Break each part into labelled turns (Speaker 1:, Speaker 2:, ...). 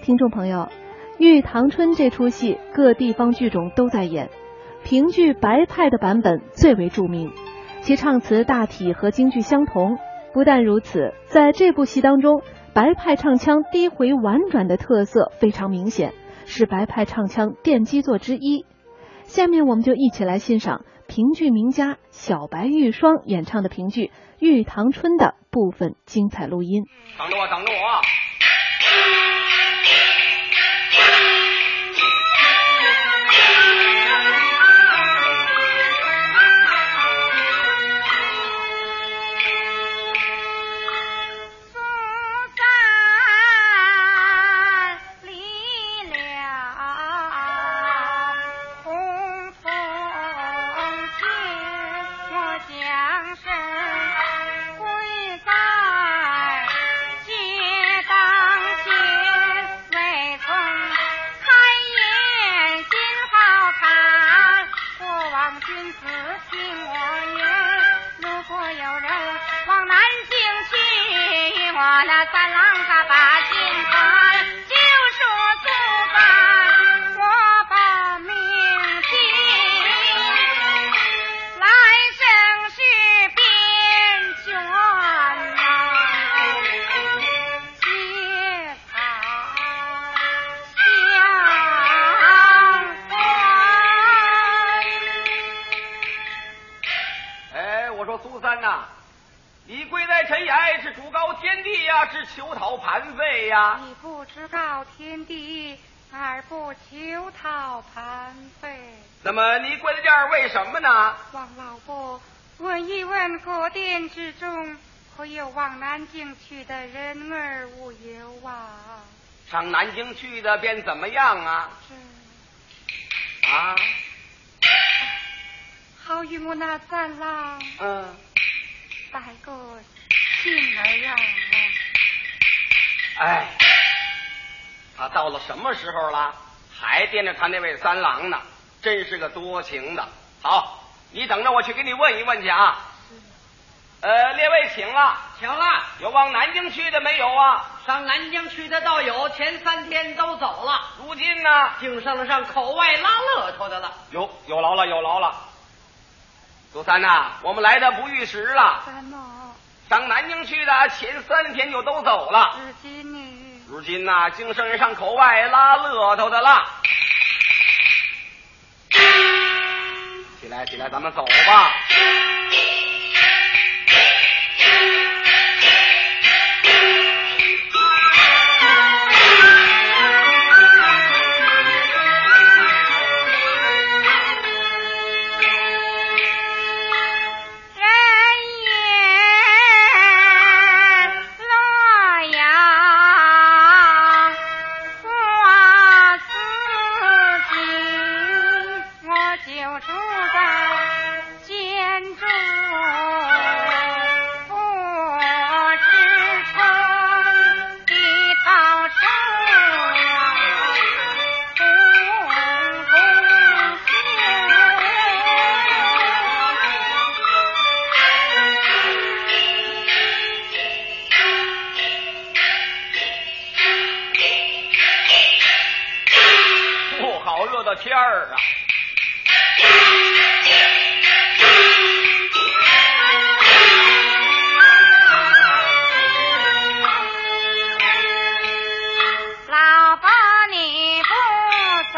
Speaker 1: 听众朋友，《玉堂春》这出戏各地方剧种都在演，评剧白派的版本最为著名，其唱词大体和京剧相同。不但如此，在这部戏当中，白派唱腔低回婉转的特色非常明显，是白派唱腔奠基作之一。下面我们就一起来欣赏评剧名家小白玉霜演唱的评剧《玉堂春》的部分精彩录音。
Speaker 2: 等着我，等着我。
Speaker 3: 三郎他把心宽，就说足干，我把命尽，来生是边圈呐，结他相还。
Speaker 2: 我说苏三呐，你跪在尘崖是主高天地呀，是求讨盘费呀？
Speaker 3: 你不知告天地，而不求讨盘费。
Speaker 2: 那么你跪在这儿为什么呢？
Speaker 3: 王老伯，问一问各店之中，可有往南京去的人儿无有啊？
Speaker 2: 上南京去的便怎么样啊？啊？
Speaker 3: 好与我那三郎带个信儿啊！
Speaker 2: 哎，他到了什么时候了，还惦着他那位三郎呢？真是个多情的。好，你等着我去给你问一问去啊。列位请了，
Speaker 4: 请了。
Speaker 2: 有往南京去的没有啊？
Speaker 4: 上南京去的倒有，前3天都走了。
Speaker 2: 如今呢，
Speaker 4: 净剩了上口外拉乐头的了。
Speaker 2: 有劳了，有劳了。苏三呐，我们来的不逾时了。
Speaker 3: 怎么？
Speaker 2: 上南京去的前3天就都走了。如今呐，净剩下上口外拉乐头的了。起来，起来，咱们走吧。天儿啊！
Speaker 3: 老伯你不走，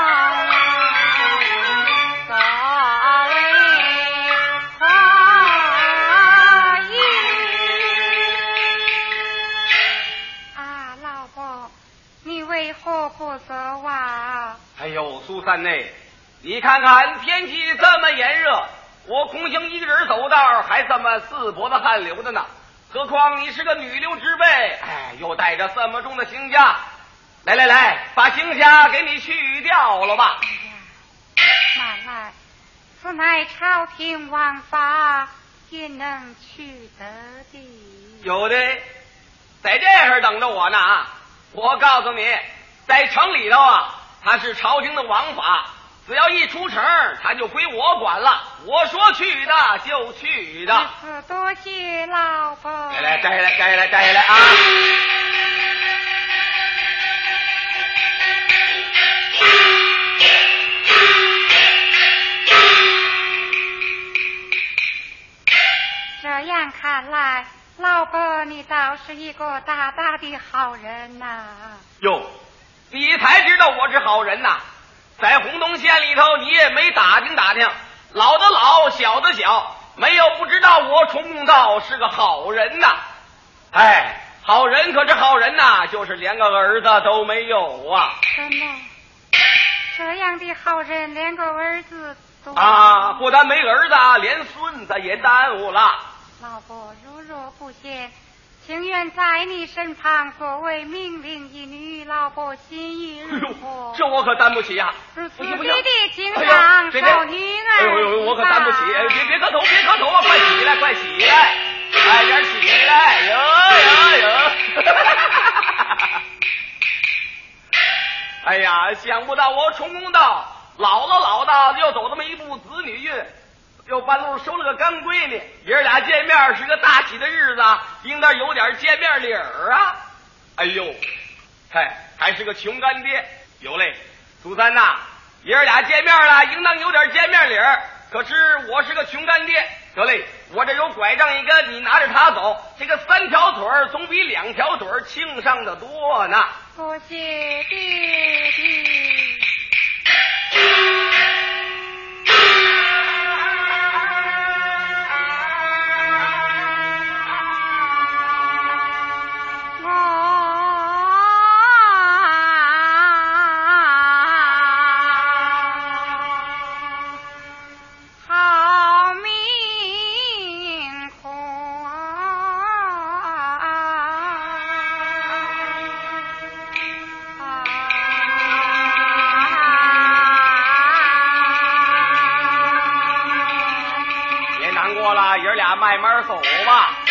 Speaker 3: 走嘞可以啊！老伯，你为何不走啊？
Speaker 2: 哎呦，苏三内，你看看天气这么炎热，我空行一个人走道，还这么四脖子汗流的呢。何况你是个女流之辈，又带着这么重的行枷。来，把行枷给你去掉了吧。
Speaker 3: 慢来，此乃朝廷王法，也能去得的。
Speaker 2: 有的，在这儿等着我呢啊！我告诉你，在城里头啊，他是朝廷的王法，只要一出城，他就归我管了。我说去的就去的。
Speaker 3: 多谢老伯。
Speaker 2: 摘下来啊！
Speaker 3: 道是一个大大的好人呐。
Speaker 2: 哟，你才知道我是好人呐！在洪洞县里头，你也没打听打听，老的老，小的小，没有不知道我崇公道是个好人呐。哎，好人可是好人呐，就是连个儿子都没有啊。
Speaker 3: 怎么这样的好人连个儿子都
Speaker 2: 啊，不但没儿子，连孙子也耽误了。
Speaker 3: 老伯如若不嫌，情愿在你身旁作为命令一女，老伯心意如何？
Speaker 2: 这我可担不起呀！
Speaker 3: 如此你的经常受女儿，
Speaker 2: 哎呦，我可担不起！别磕头，别磕头啊！快起来，快起来，快点起来！哟！哎呀，想不到我崇公道老了，又走这么一步子女运，又半路收了个干闺女，爷俩见面是个大喜的日子，应当有点见面礼儿啊！哎呦，嗨，还是个穷干爹，有嘞，苏三呐，爷俩见面了，应当有点见面礼儿。可是我是个穷干爹，得嘞，我这有拐杖一根，你拿着它走，这个3条腿总比2条腿轻上的多呢。
Speaker 3: 多谢爹爹。
Speaker 2: 慢慢走吧。